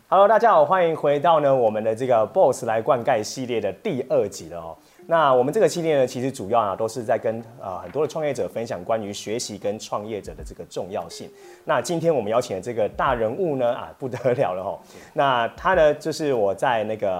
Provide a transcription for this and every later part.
Hello， 大家好，欢迎回到我们的这个 Boss 来灌溉系列的第2集了哦。那我们这个系列呢，其实主要都是在跟很多的创业者分享关于学习跟创业者的这个重要性。那今天我们邀请的这个大人物呢，不得了了哦。那他呢，就是我在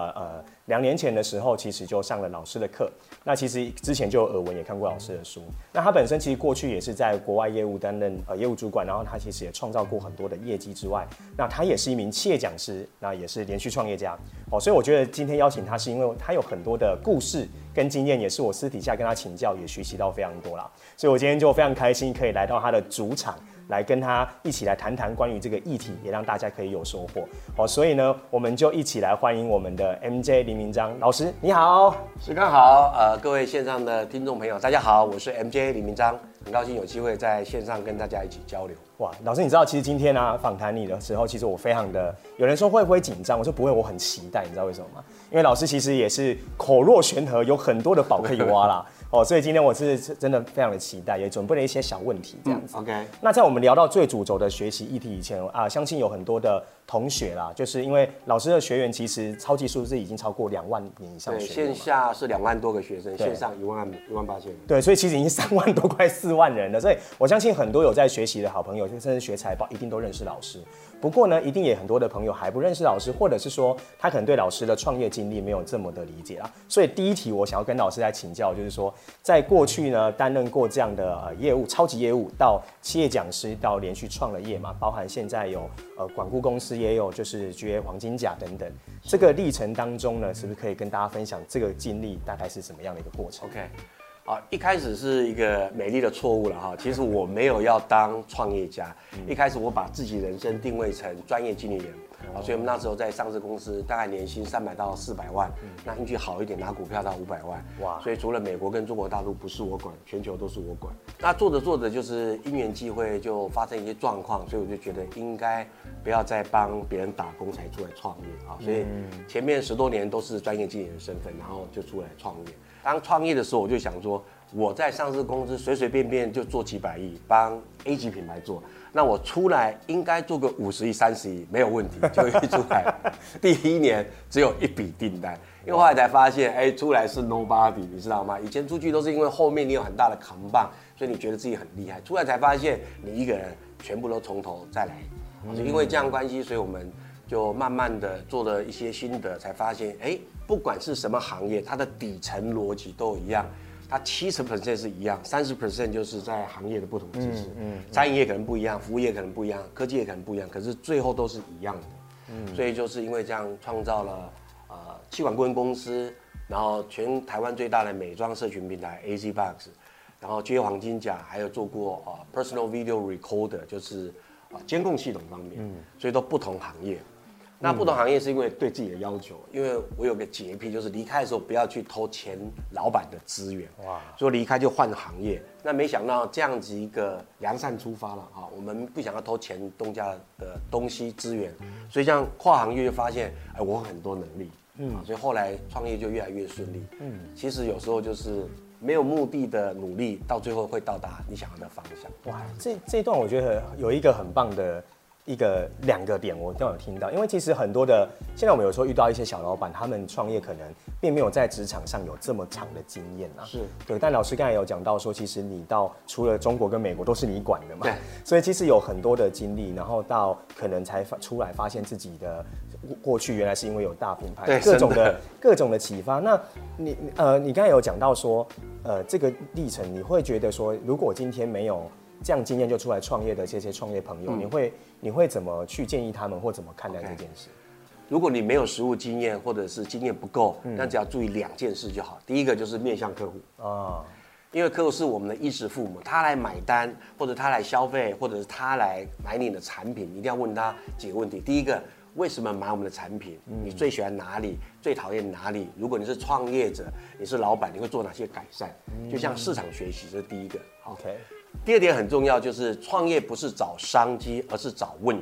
2年前的时候，其实就上了老师的课。那其实之前就有耳闻，也看过老师的书。那他本身其实过去也是在国外业务担任业务主管，然后他其实也创造过很多的业绩之外，那他也是一名企业讲师，那也是连续创业家哦。所以我觉得今天邀请他，是因为他有很多的故事跟经验，也是我私底下跟他请教，也学习到非常多啦。所以我今天就非常开心，可以来到他的主场。来跟他一起来谈谈关于这个议题，也让大家可以有收获哦。所以呢，我们就一起来欢迎我们的 MJ 林明章老师，你好。 时刚好，各位线上的听众朋友，大家好，我是 MJ 林明章，很高兴有机会在线上跟大家一起交流。 哇，老师，你知道其实今天访谈你的时候，其实我非常的，有人说会不会紧张？我说不会，我很期待，你知道为什么吗？因为老师其实也是口若悬河，有很多的宝可以挖啦。哦，所以今天我是真的非常的期待，也准备了一些小问题这样子。 OK。 那在我们聊到最主轴的学习议题以前相信有很多的同学啦，就是因为老师的学员其实超级数字已经超过2万名以上的学员。 对，线下是2万多个学生，线上18000。 对，所以其实已经3万多，快4万人了。所以我相信很多有在学习的好朋友，甚至学财报，一定都认识老师。不过呢，一定也很多的朋友还不认识老师，或者是说他可能对老师的创业经历没有这么的理解啦。所以第一题我想要跟老师来请教，就是说在过去呢担任过这样的业务，超级业务到企业讲师，到连续创了业嘛，包含现在有管顾公司，也有就是约黄金甲等等。这个历程当中呢，是不是可以跟大家分享这个经历大概是什么样的一个过程 ？OK。一开始是一个美丽的错误了哈。其实我没有要当创业家，一开始我把自己人生定位成专业经理人，所以我们那时候在上市公司，大概年薪300到400万，那运气好一点拿股票到500万，哇！所以除了美国跟中国大陆不是我管，全球都是我管。那做着做着就是因缘际会，就发生一些状况，所以我就觉得应该不要再帮别人打工才出来创业啊。所以前面10多年都是专业经理人身份，然后就出来创业。当创业的时候，我就想说，我在上市公司随随便便就做几百亿，帮 A 级品牌做，那我出来应该做个50亿、30亿没有问题，就一出来，第1年只有1笔订单，因为后来才发现，出来是 nobody， 你知道吗？以前出去都是因为后面你有很大的扛棒，所以你觉得自己很厉害，出来才发现你一个人全部都从头再来，就因为这样关系，所以我们就慢慢的做了一些心得，才发现，不管是什么行业，它的底层逻辑都一样，它70% 是一样，30% 就是在行业的不同知识。餐饮业可能不一样，服务业可能不一样，科技业可能不一样，可是最后都是一样的。所以就是因为这样创造了企管顾问公司，然后全台湾最大的美妆社群平台 AZBox， 然后接黄金甲，还有做过Personal Video Recorder， 就是监控系统方面，所以都不同行业。那不同行业是因为对自己的要求，因为我有个洁癖，就是离开的时候不要去偷前老板的资源，哇，所以离开就换行业。那没想到这样子一个良善出发了哈，我们不想要偷前东家的东西资源，所以这样跨行业就发现，我很多能力，所以后来创业就越来越顺利。其实有时候就是没有目的的努力，到最后会到达你想要的方向。 哇，这一段我觉得有一个很棒的。2个点我都有听到，因为其实很多的现在我们有时候遇到一些小老板，他们创业可能并没有在职场上有这么长的经验啊。是对，但老师刚才有讲到说，其实你到除了中国跟美国都是你管的嘛，对，所以其实有很多的经历，然后到可能才出来发现自己的过去原来是因为有大品牌，各种的启发。那你刚才有讲到说，这个历程你会觉得说，如果今天没有这样经验就出来创业的这些创业朋友，你会怎么去建议他们，或怎么看待这件事？ 如果你没有实务经验，或者是经验不够，那只要注意2件事就好。第一个就是面向客户因为客户是我们的衣食父母，他来买单，或者他来消费，或者是他来买你的产品，一定要问他几个问题。第一个，为什么买我们的产品？你最喜欢哪里？最讨厌哪里？如果你是创业者，你是老板，你会做哪些改善？就像市场学习，这是第一个。OK。第二点很重要，就是创业不是找商机，而是找问题。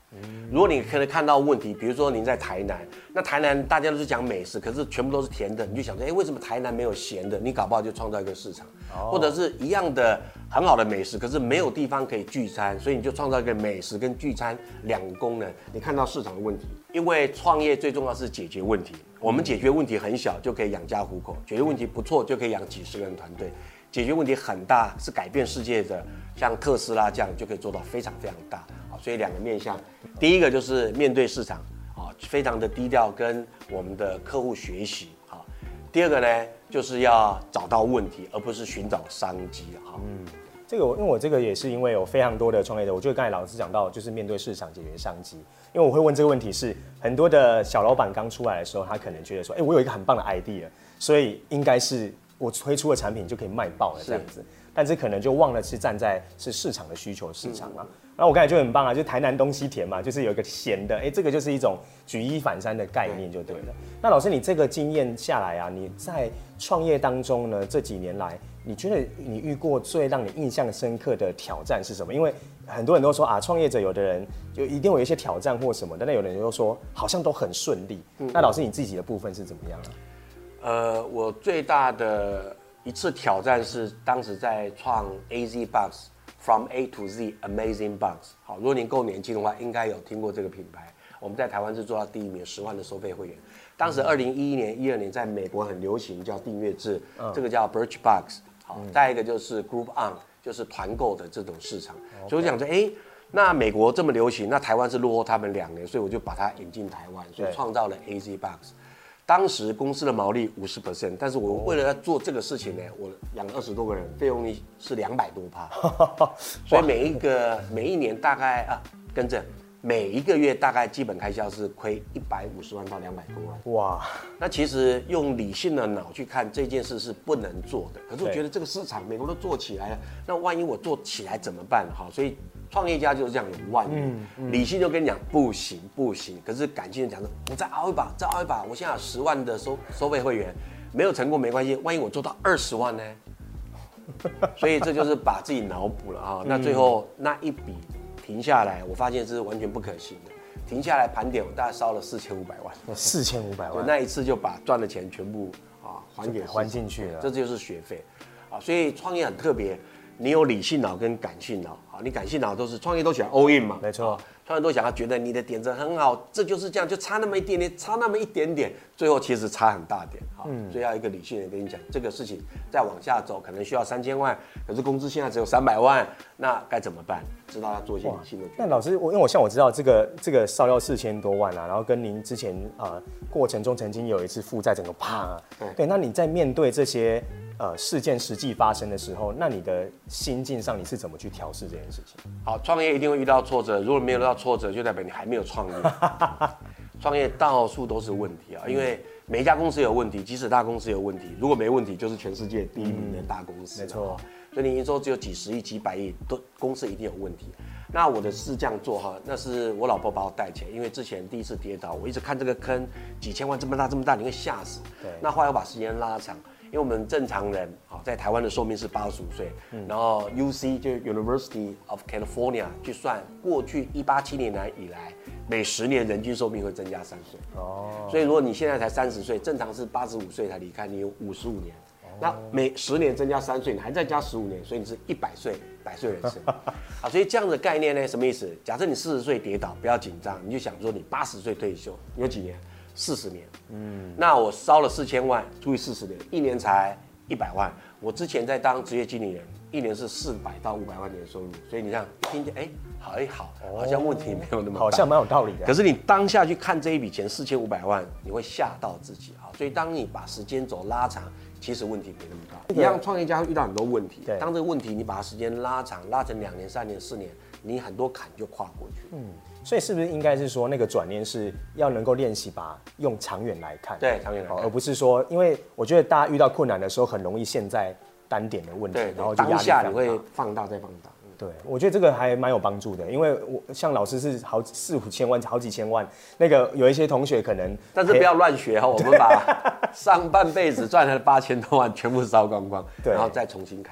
如果你可以看到问题，比如说您在台南，那台南大家都是讲美食，可是全部都是甜的，你就想说，为什么台南没有咸的？你搞不好就创造一个市场，或者是一样的很好的美食，可是没有地方可以聚餐，所以你就创造一个美食跟聚餐两个功能，你看到市场的问题。因为创业最重要是解决问题，我们解决问题很小就可以养家糊口，解决问题不错就可以养几十个人团队。解决问题很大，是改变世界的，像特斯拉这样就可以做到非常非常大。所以两个面向，第一个就是面对市场，非常的低调，跟我们的客户学习。第二个呢，就是要找到问题，而不是寻找商机。 这个因为我这个也是因为有非常多的创业者，我觉得刚才老师讲到就是面对市场解决商机。因为我会问这个问题是，很多的小老板刚出来的时候，他可能觉得说，我有一个很棒的 idea， 所以应该是我推出的产品就可以卖爆了这样子，但是可能就忘了是站在是市场的需求市场嘛。然后我刚才就很棒啊，就台南东西甜嘛，就是有一个咸的，这个就是一种举一反三的概念就对了。那老师，你这个经验下来啊，你在创业当中呢，这几年来，你觉得你遇过最让你印象深刻的挑战是什么？因为很多人都说啊，创业者有的人就一定会有一些挑战或什么，但有的人又说好像都很顺利。那老师你自己的部分是怎么样啊？ 我最大的一次挑战是当时在创 AZ Box。From A to Z Amazing Box。好，如果您够年轻的话，应该有听过这个品牌。我们在台湾是做到第1名，10万的收费会员。当时2011年、12年在美国很流行叫订阅制，这个叫 Birchbox。好，再一个就是 Group On， 就是团购的这种市场。所以我想说，那美国这么流行，那台湾是落后他们2年，所以我就把它引进台湾，所以创造了 AZ Box。当时公司的毛利50%，但是我为了要做这个事情呢，我养了20多个人，费用率是200多%，所以每一年大概每一个月大概基本开销是亏150万到200多万。哇！那其实用理性的脑去看这件事是不能做的，可是我觉得这个市场美国都做起来了，那万一我做起来怎么办？所以创业家就是这样有万一，理性就跟你讲不行不行，可是感性讲说我再熬一把，再熬一把，我现在有10万的收费会员，没有成功没关系，万一我做到20万呢？所以这就是把自己脑补了那最后那一笔停下来，我发现是完全不可行的。停下来盘点，我大概烧了4500万。 4500万， 那一次就把赚的钱全部还进去了，这就是学费所以创业很特别。你有理性脑跟感性脑，你感性脑都是创业都喜欢 all in 嘛， 没错， 创业都想要觉得你的点子很好，这就是这样，就差那么一点点，差那么一点点，最后其实差很大点所以要一个理性人跟你讲，这个事情再往下走可能需要3000万，可是公司现在只有300万，那该怎么办？知道要做一些理性的决定。 那老师，因为我知道这个烧掉4000多万然后跟您之前过程中曾经有一次负债整个对，那你在面对这些事件实际发生的时候，那你的心境上你是怎么去调试这件事情？ 好，创业一定会遇到挫折，如果没有遇到挫折，就代表你还没有创业。创业到处都是问题因为每一家公司有问题，即使大公司有问题，如果没问题，就是全世界第1名的大公司。 没错， 所以你营收只有几十亿、几百亿，公司一定有问题。那我的是这样做那是我老婆把我带起来，因为之前第一次跌倒，我一直看这个坑几千万这么大，你会吓死。 对， 那后来我把时间拉长。因为我们正常人在台湾的寿命是85岁，然后 UC 就 University of California 去算，过去187年以来，每10年人均寿命会增加3岁。所以如果你现在才30岁，正常是85岁才离开，你有55年。那每10年增加3岁，你还再加15年，所以你是100岁，100岁人生。所以这样的概念呢，什么意思？假设你40岁跌倒，不要紧张，你就想说你80岁退休，你有几年？40年。那我烧了4000万，除以40年，1年才100万。我之前在当职业经理人，1年是400到500万年收入，所以你这样听见，好像问题没有那么大， 好像蛮有道理的。 可是你当下去看这一笔钱4500万，你会吓到自己所以当你把时间轴拉长，其实问题没那么大。一样，创业家会遇到很多问题，当这个问题你把它时间拉长，拉成2年、3年、4年，你很多坎就跨过去。 所以是不是应该是说那个转念是要能够练习把用长远来看， 对，长远来看， 而不是说，因为我觉得大家遇到困难的时候很容易陷在单点的问题，然后就压力当下你会放大再放大。 对，我觉得这个还蛮有帮助的，因为我像老师是4、5千万，好几千万，那个有一些同学可能， 但是不要乱学我们把上半辈子赚了8000多万全部烧光光，然后再重新开始。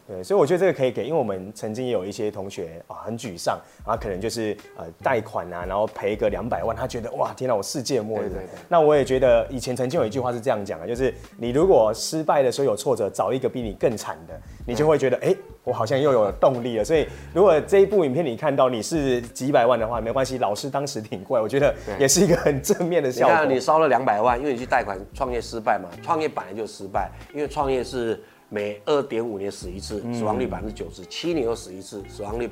对，所以我觉得这个可以给，因为我们曾经也有一些同学很沮丧，然后可能就是贷款啊，然后赔个200万，他觉得哇天哪，我世界末日。对。那我也觉得以前曾经有一句话是这样讲的，就是你如果失败的时候有挫折，找一个比你更惨的，你就会觉得我好像又有动力了。所以如果这一部影片你看到你是几百万的话，没关系，老师当时挺过来，我觉得也是一个很正面的效果。 你看你烧了200万，因为你去贷款创业失败嘛，创业本来就失败，因为创业是每2.5年死一次，死亡率90%；7年又死一次，死亡率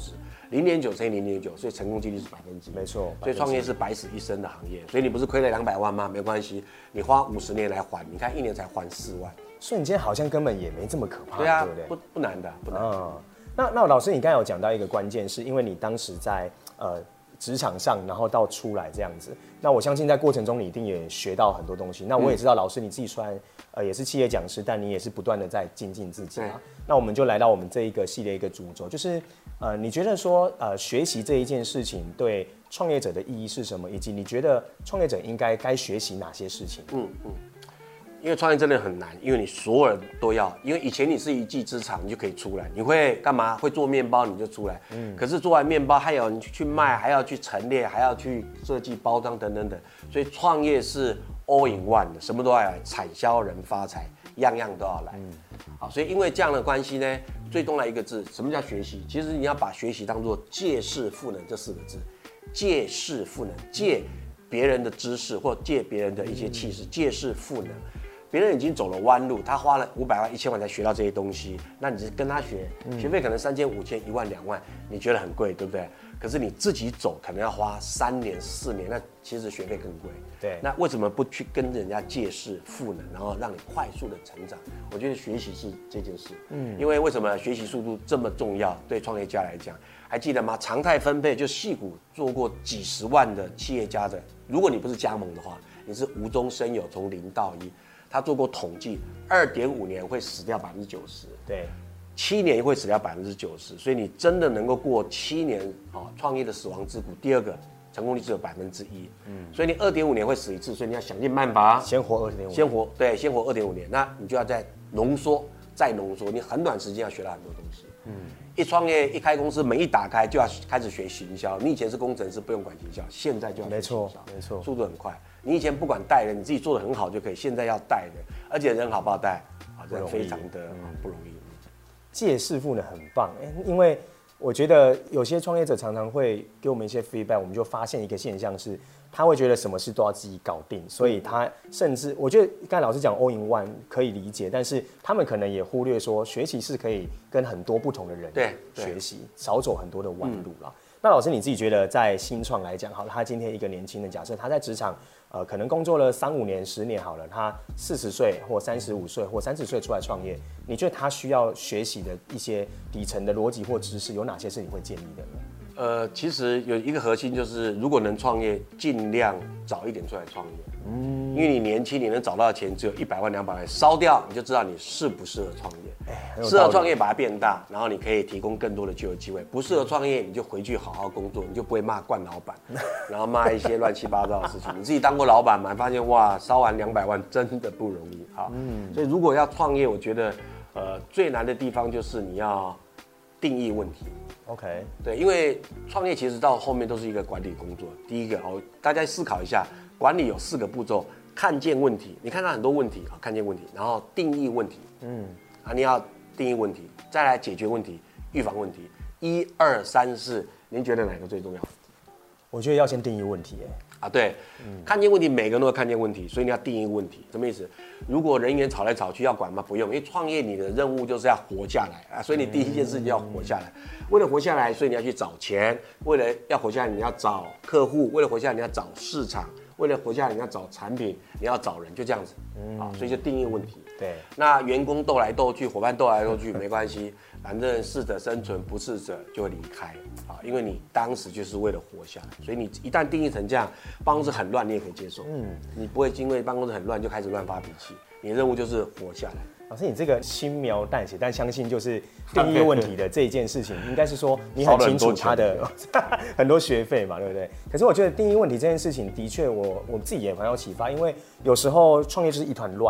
90%；0.9乘以0.9，所以成功几率是1%。 没错， 所以创业是百死一生的行业。所以你不是亏了200万吗？没关系，你花50年来还，你看1年才还4万。 瞬间好像根本也没这么可怕， 对啊， 对不对？ 不难的，不难。 那老师，你刚才有讲到一个关键，是因为你当时在职场上，然后到出来这样子。那我相信在过程中你一定也学到很多东西。那我也知道老师你自己虽然也是企业讲师，但你也是不断的在精进自己啊。那我们就来到我们这一个系列一个主轴，就是你觉得说学习这一件事情对创业者的意义是什么，以及你觉得创业者应该学习哪些事情？ 因为创业真的很难，因为你所有人都要，因为以前你是一技之长，你就可以出来，你会干嘛？会做面包你就出来，可是做完面包还有你去卖，还要去陈列，还要去设计包装等等等，所以创业是 all in one 的，什么都要来，产销人发财，样样都要来。好，所以因为这样的关系呢，最重要的一个字，什么叫学习？其实你要把学习当作借势赋能这4个字，借势赋能，借别人的知识或借别人的一些气势，借势赋能。别人已经走了弯路，他花了500万、1000万才学到这些东西，那你就跟他学，学费可能3000、5000、1万、2万，你觉得很贵，对不对？可是你自己走，可能要花3年、4年，那其实学费更贵。 对， 那为什么不去跟人家借势赋能，然后让你快速的成长？我觉得学习是这件事。因为为什么学习速度这么重要？对创业家来讲，还记得吗？常态分配就矽谷做过几十万的企业家的，如果你不是加盟的话，你是无中生有，从0到1。他做过统计，2.5年会死掉90%， 对 ，7年会死掉90%，所以你真的能够过7年创业的死亡之谷，第二个成功率只有1%，所以你2.5年会死一次，所以你要想尽办法先活2.5年， 先活2.5年，那你就要再浓缩，你很短时间要学到很多东西，一创业一开公司门一打开就要开始学行销，你以前是工程师不用管行销，现在就要学行销， 没错， 速度很快。你以前不管带人，你自己做得很好就可以，现在要带人，而且人好不好带这非常的不容易。 借势赋能很棒，因为我觉得有些创业者常常会给我们一些 feedback， 我们就发现一个现象是，他会觉得什么事都要自己搞定，所以他甚至我觉得刚才老师讲 all in one 可以理解，但是他们可能也忽略说，学习是可以跟很多不同的人学习，少走很多的弯路啦。那老师你自己觉得在新创来讲，好了，他今天一个年轻的假设，他在职场可能工作了3、5年、10年好了，他40岁或35岁或30岁出来创业，你觉得他需要学习的一些底层的逻辑或知识有哪些是你会建议的呢？ 其实有一个核心就是，如果能创业，尽量早一点出来创业。因为你年轻，你能找到的钱只有100万、200万，烧掉你就知道你适不适合创业。适合创业把它变大，然后你可以提供更多的就业机会。不适合创业，你就回去好好工作，你就不会骂惯老板，然后骂一些乱七八糟的事情。你自己当过老板嘛，发现哇，烧完200万真的不容易啊。所以如果要创业，我觉得最难的地方就是你要定义问题。 OK， 对，因为创业其实到后面都是一个管理工作。第一个大家思考一下，管理有4个步骤：看见问题，你看到很多问题啊，看见问题，然后定义问题，你要定义问题，再来解决问题，预防问题。1、2、3、4，您觉得哪个最重要？ 我觉得要先定义问题， 对，看见问题，每个人都要看见问题，所以你要定义问题，什么意思？如果人员吵来吵去要管吗？不用，因为创业你的任务就是要活下来所以你第一件事就要活下来。为了活下来，所以你要去找钱；为了要活下来，你要找客户；为了活下来，你要找市场；为了活下来，你要找产品，你要找人，就这样子所以就定义问题。 对， 那员工斗来斗去，伙伴斗来斗去没关系，反正适者生存，不适者就会离开因为你当时就是为了活下来，所以你一旦定义成这样，办公室很乱你也可以接受，你不会因为办公室很乱就开始乱发脾气，你的任务就是活下来。 老师，你这个轻描淡写，但相信就是定义问题的这一件事情，应该是说你很清楚他的很多学费嘛，对不对？可是我觉得定义问题这件事情，的确我自己也蛮有启发，因为有时候创业就是一团乱。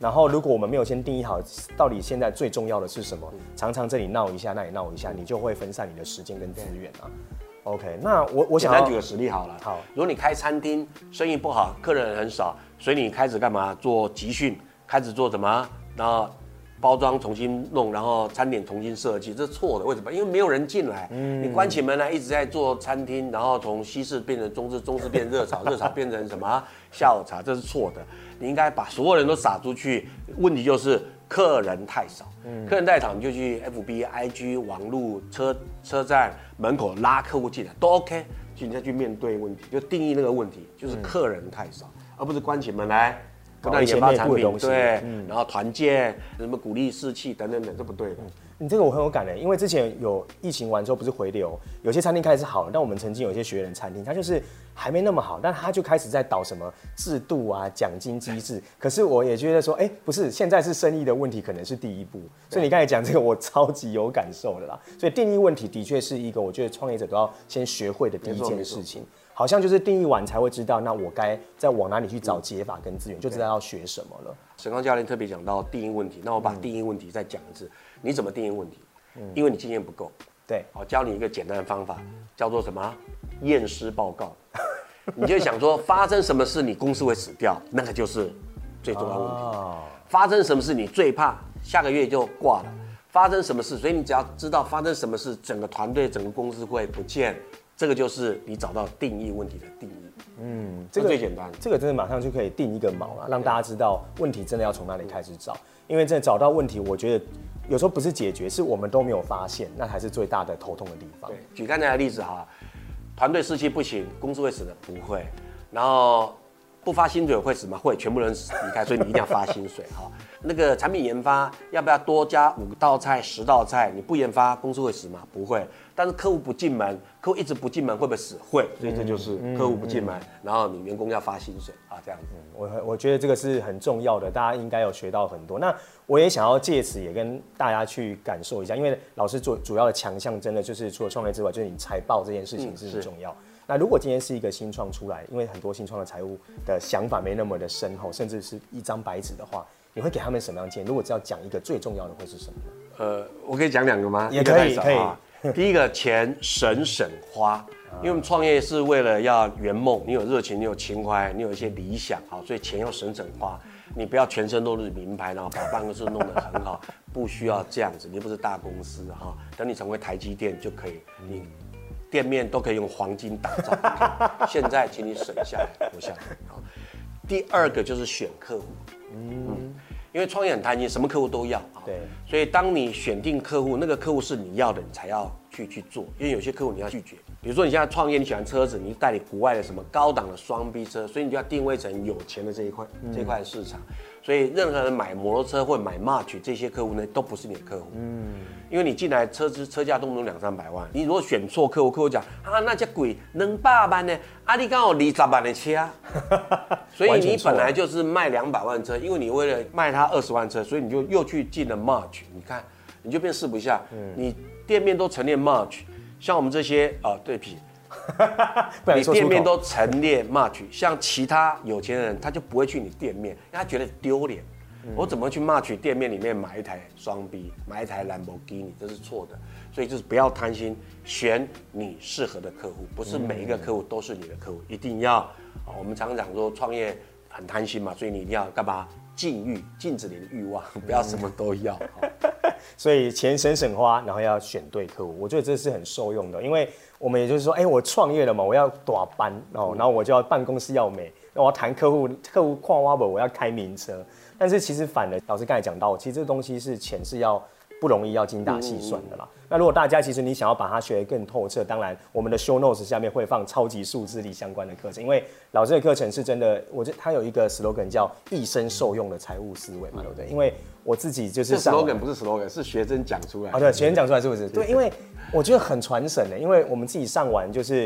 然后如果我们没有先定义好到底现在最重要的是什么，常常这里闹一下那里闹一下，你就会分散你的时间跟资源啊。OK， 那我想要举个实例好了。 好， 如果你开餐厅，生意不好，客人很少，所以你开始干嘛？做集训，开始做什么？然后包装重新弄，然后餐点重新设计，这是错的。为什么？因为没有人进来。你关起门来一直在做餐厅，然后从西式变成中式，中式变热炒，热炒变成什么下午茶，这是错的。你应该把所有人都撒出去。问题就是客人太少。客人太少，你就去 FB、IG、网路、车站门口拉客户进来都 OK， 就你再去面对问题，就定义那个问题，就是客人太少，而不是关起门来。不断研发产品，对，然后团建，什么鼓励士气等等等，这不对的。 你这个我很有感的，因为之前有疫情完之后不是回流，有些餐厅开始好了，但我们曾经有一些学员餐厅，他就是还没那么好，但他就开始在导什么制度啊、奖金机制。可是我也觉得说，不是，现在是生意的问题，可能是第一步。所以你刚才讲这个，我超级有感受的啦。所以定义问题的确是一个我觉得创业者都要先学会的第一件事情。好像就是定义完才会知道，那我该再往哪里去找解法跟资源，就知道要学什么了。 沈刚教练特别讲到定义问题，那我把定义问题再讲一次，你怎么定义问题？因为你经验不够。 对， 好，教你一个简单的方法，叫做什么？验尸报告。你就想说，发生什么事你公司会死掉，那个就是最重要的问题。发生什么事你最怕下个月就挂了？发生什么事？所以你只要知道发生什么事，整个团队、整个公司会不见。这个就是你找到定义问题的定义，这个最简单。 这个真的马上就可以定一个锚了，让大家知道问题真的要从哪里开始找。因为真的找到问题，我觉得有时候不是解决，是我们都没有发现，那才是最大的头痛的地方。 对，举刚才的例子哈，团队士气不行，公司会死的不会，然后不发薪水会死吗？会，全部人离开，所以你一定要发薪水哈。那个产品研发要不要多加5道菜、10道菜？你不研发，公司会死吗？不会。但是客户不进门，客户一直不进门会不会死？会。所以这就是客户不进门，然后你员工要发薪水啊，这样子。 我觉得这个是很重要的，大家应该有学到很多。那我也想要借此也跟大家去感受一下，因为老师主要的强项真的就是除了创业之外，就是你财报这件事情是很重要。那如果今天是一个新创出来，因为很多新创的财务的想法没那么的深厚，甚至是一张白纸的话，你会给他们什么样的建议？如果只要讲一个最重要的会是什么呢？ 我可以讲2个吗？ 也可以，可以。 第一个，钱省花，因为我们创业是为了要圆梦，你有热情，你有情怀，你有一些理想，好，所以钱要省花。你不要全身都是名牌，然后把办公室弄得很好，不需要这样子。你不是大公司哈，等你成为台积电就可以，你店面都可以用黄金打造。现在请你省下来，留下来。好，第2个就是选客户。因为创业很贪心，什么客户都要。 对， 所以当你选定客户，那个客户是你要的，你才要去做。因为有些客户你要拒绝，比如说你现在创业，你喜欢车子，你代理国外的什么高档的双 B 车，所以你就要定位成有钱的这一块的市场。所以任何人买摩托车或买 March 这些客户呢，都不是你的客户。因为你进来车价动不动200-300万，你如果选错客户，客户讲啊那这贵200万呢，啊你刚好20万的车，所以你本来就是卖200万车，因为你为了卖他20万车，所以你就又去进了 March， 你看你就变四不像，你店面都陈列 March， 像我们这些对不起。你店面都陈列 March， 像其他有钱人他就不会去你店面，因为他觉得丢脸。我怎么去 March 店面里面买一台双 B， 买一台兰博基尼，这是错的。所以就是不要贪心，选你适合的客户，不是每一个客户都是你的客户，一定要。我们常讲说创业很贪心嘛，所以你一定要干嘛？禁止你的欲望，不要什么都要。 所以钱省花，然后要选对客户，我觉得这是很受用的，因为我们也就是说，我创业了嘛，我要大班哦，然后我就要办公室要美，我要谈客户看我不，我要开名车。但是其实反了，老师刚才讲到，其实这个东西是钱是要不容易要精打细算的啦。那如果大家其实你想要把它学得更透彻，当然我们的 show notes 下面会放超级数字力相关的课程，因为老师的课程是真的，我觉得他有一个 slogan 叫一生受用的财务思维嘛，对不对？因为我自己就是这 slogan 不是 slogan， 是学生讲出来。 对，学生讲出来是不是？对，因为我觉得很传神的，因为我们自己上完就是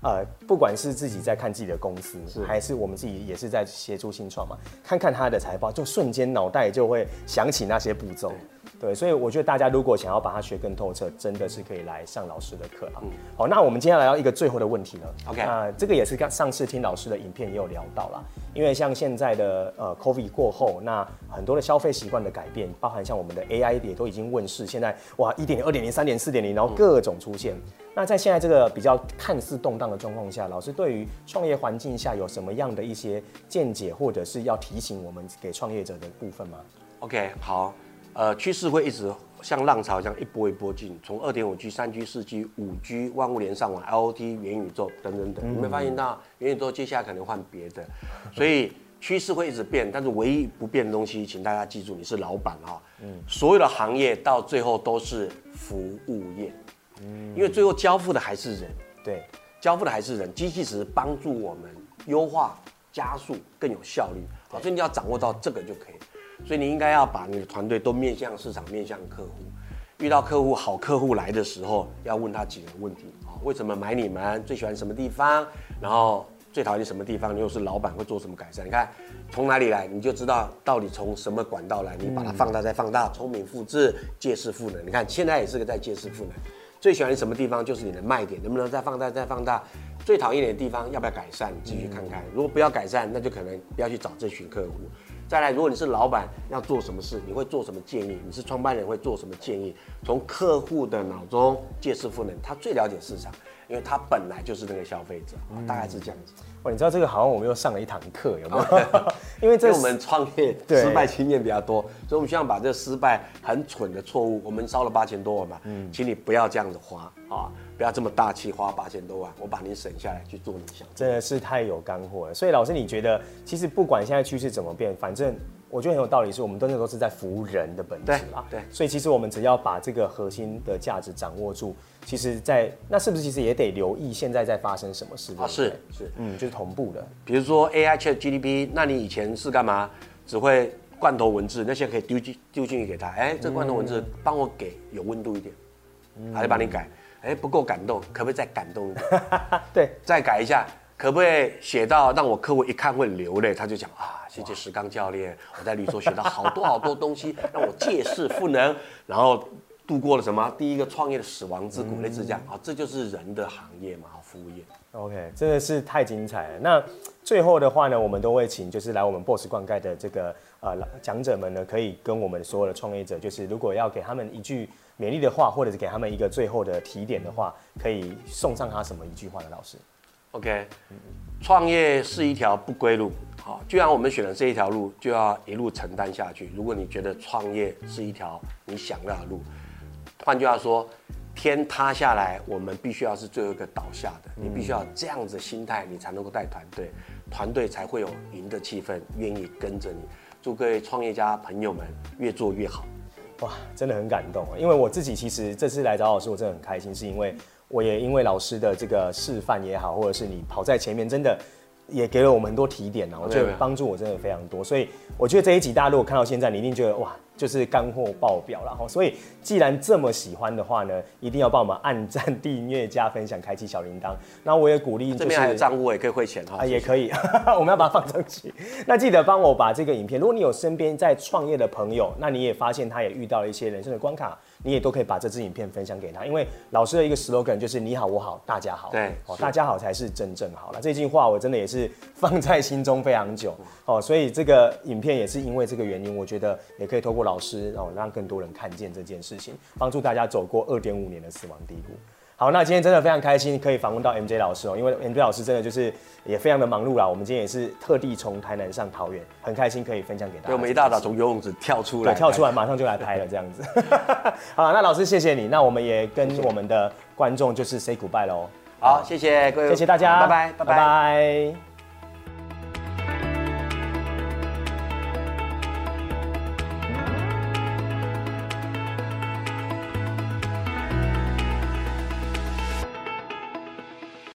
不管是自己在看自己的公司，还是我们自己也是在协助新创嘛，看看他的财报，就瞬间脑袋就会想起那些步骤。对，所以我觉得大家如果想要把它学更透彻，真的是可以来上老师的课啊。好，那我们接下来要一个最后的问题了。 OK， 这个也是上次听老师的影片也有聊到啦。因为像现在的COVID 过后，那很多的消费习惯的改变，包含像我们的 AI 也都已经问世，现在哇1.0、2.0、3.0、4.0，然后各种出现。那在现在这个比较看似动荡的状况下，老师对于创业环境下有什么样的一些见解，或者是要提醒我们给创业者的部分吗 ？OK， 好。趋势会一直像浪潮一样一波一波进，从2.5G、3G、4G、5G、万物联上网、IoT、元宇宙等等等。你没发现到元宇宙接下来可能换别的，所以趋势会一直变。但是唯一不变的东西，请大家记住，你是老板哈。所有的行业到最后都是服务业，因为最后交付的还是人。 对， 交付的还是人，机器只是帮助我们优化、加速、更有效率。好，所以你要掌握到这个就可以。所以你应该要把你的团队都面向市场、面向客户。遇到客户好客户来的时候，要问他几个问题啊：为什么买你们？最喜欢什么地方？然后最讨厌什么地方？你又是老板会做什么改善？你看从哪里来，你就知道到底从什么管道来。你把它放大再放大，聪明复制，借势赋能。你看现在也是个在借势赋能。最喜欢什么地方就是你的卖点，能不能再放大再放大？最讨厌的地方要不要改善？你自己去看看。如果不要改善，那就可能不要去找这群客户。再来，如果你是老板要做什么事，你会做什么建议？你是创办人会做什么建议？从客户的脑中借势赋能，他最了解市场，因为他本来就是那个消费者，大概是这样子。 哇，你知道这个好像我们又上了一堂课，有没有？因为我们创业失败经验比较多，所以我们希望把这失败很蠢的错误，我们烧了8000多万嘛，请你不要这样子花啊。不要这么大气，花8000多万，我把你省下来去做你想。 真的是太有干货了。所以老师，你觉得其实不管现在趋势怎么变，反正我觉得很有道理，是我们真的都是在服务人的本质啦。 对。 所以其实我们只要把这个核心的价值掌握住，其实那是不是其实也得留意现在在发生什么事？ 啊，是， 就是同步的。 比如说 AI ChatGPT， 那你以前是干嘛？只会罐头文字，那些可以丢进去给他，这罐头文字帮我给有温度一点，他就帮你改。不够感动，可不可以再感动一点？ 对， 再改一下，可不可以写到让我客户一看会流泪？他就讲啊，谢谢石刚教练，我在旅途学到好多好多东西，让我借势赋能，然后度过了什么第一个创业的死亡之谷，类似这样啊，这就是人的行业嘛，服务业。 OK， 真的是太精彩了。那最后的话呢，我们都会请就是来我们 Boss 灌溉的这个讲者们呢，可以跟我们所有的创业者，就是如果要给他们一句勉励的话，或者是给他们一个最后的提点的话，可以送上他什么一句话呢？老师 ？OK， 创业是一条不归路。好，既然我们选了这一条路，就要一路承担下去。如果你觉得创业是一条你想要的路，换句话说，天塌下来，我们必须要是最后一个倒下的。你必须要有这样子的心态，你才能够带团队，团队才会有赢的气氛，愿意跟着你。祝各位创业家朋友们越做越好。 哇，真的很感动，因为我自己其实这次来找老师，我真的很开心，是因为我也因为老师的这个示范也好，或者是你跑在前面，真的也给了我们很多提点啊，我觉得帮助我真的非常多，所以我觉得这一集大家如果看到现在，你一定觉得哇，就是干货爆表了哈。所以既然这么喜欢的话呢，一定要帮我们按赞、订阅、加分享、开启小铃铛。那我也鼓励， 这边还有账户也可以汇钱哈， 也可以，我们要把它放上去。那记得帮我把这个影片，如果你有身边在创业的朋友，那你也发现他也遇到了一些人生的关卡，你也都可以把这支影片分享给他。因为老师的一个 slogan 就是你好我好大家好， 对， 大家好才是真正好了。这句话我真的也是放在心中非常久所以这个影片也是因为这个原因，我觉得也可以透过老师让更多人看见这件事情，帮助大家走过2.5年的死亡低谷。好，那今天真的非常开心可以访问到 MJ 老师因为 MJ 老师真的就是也非常的忙碌啦。我们今天也是特地从台南上桃园，很开心可以分享给大家。 对，我们一大早从游泳池跳出来， 马上就来拍了这样子。好，那老师谢谢你，那我们也跟我们的观众就是 say goodbye 咯。 好，谢谢各位， 谢谢大家， 拜拜，拜拜。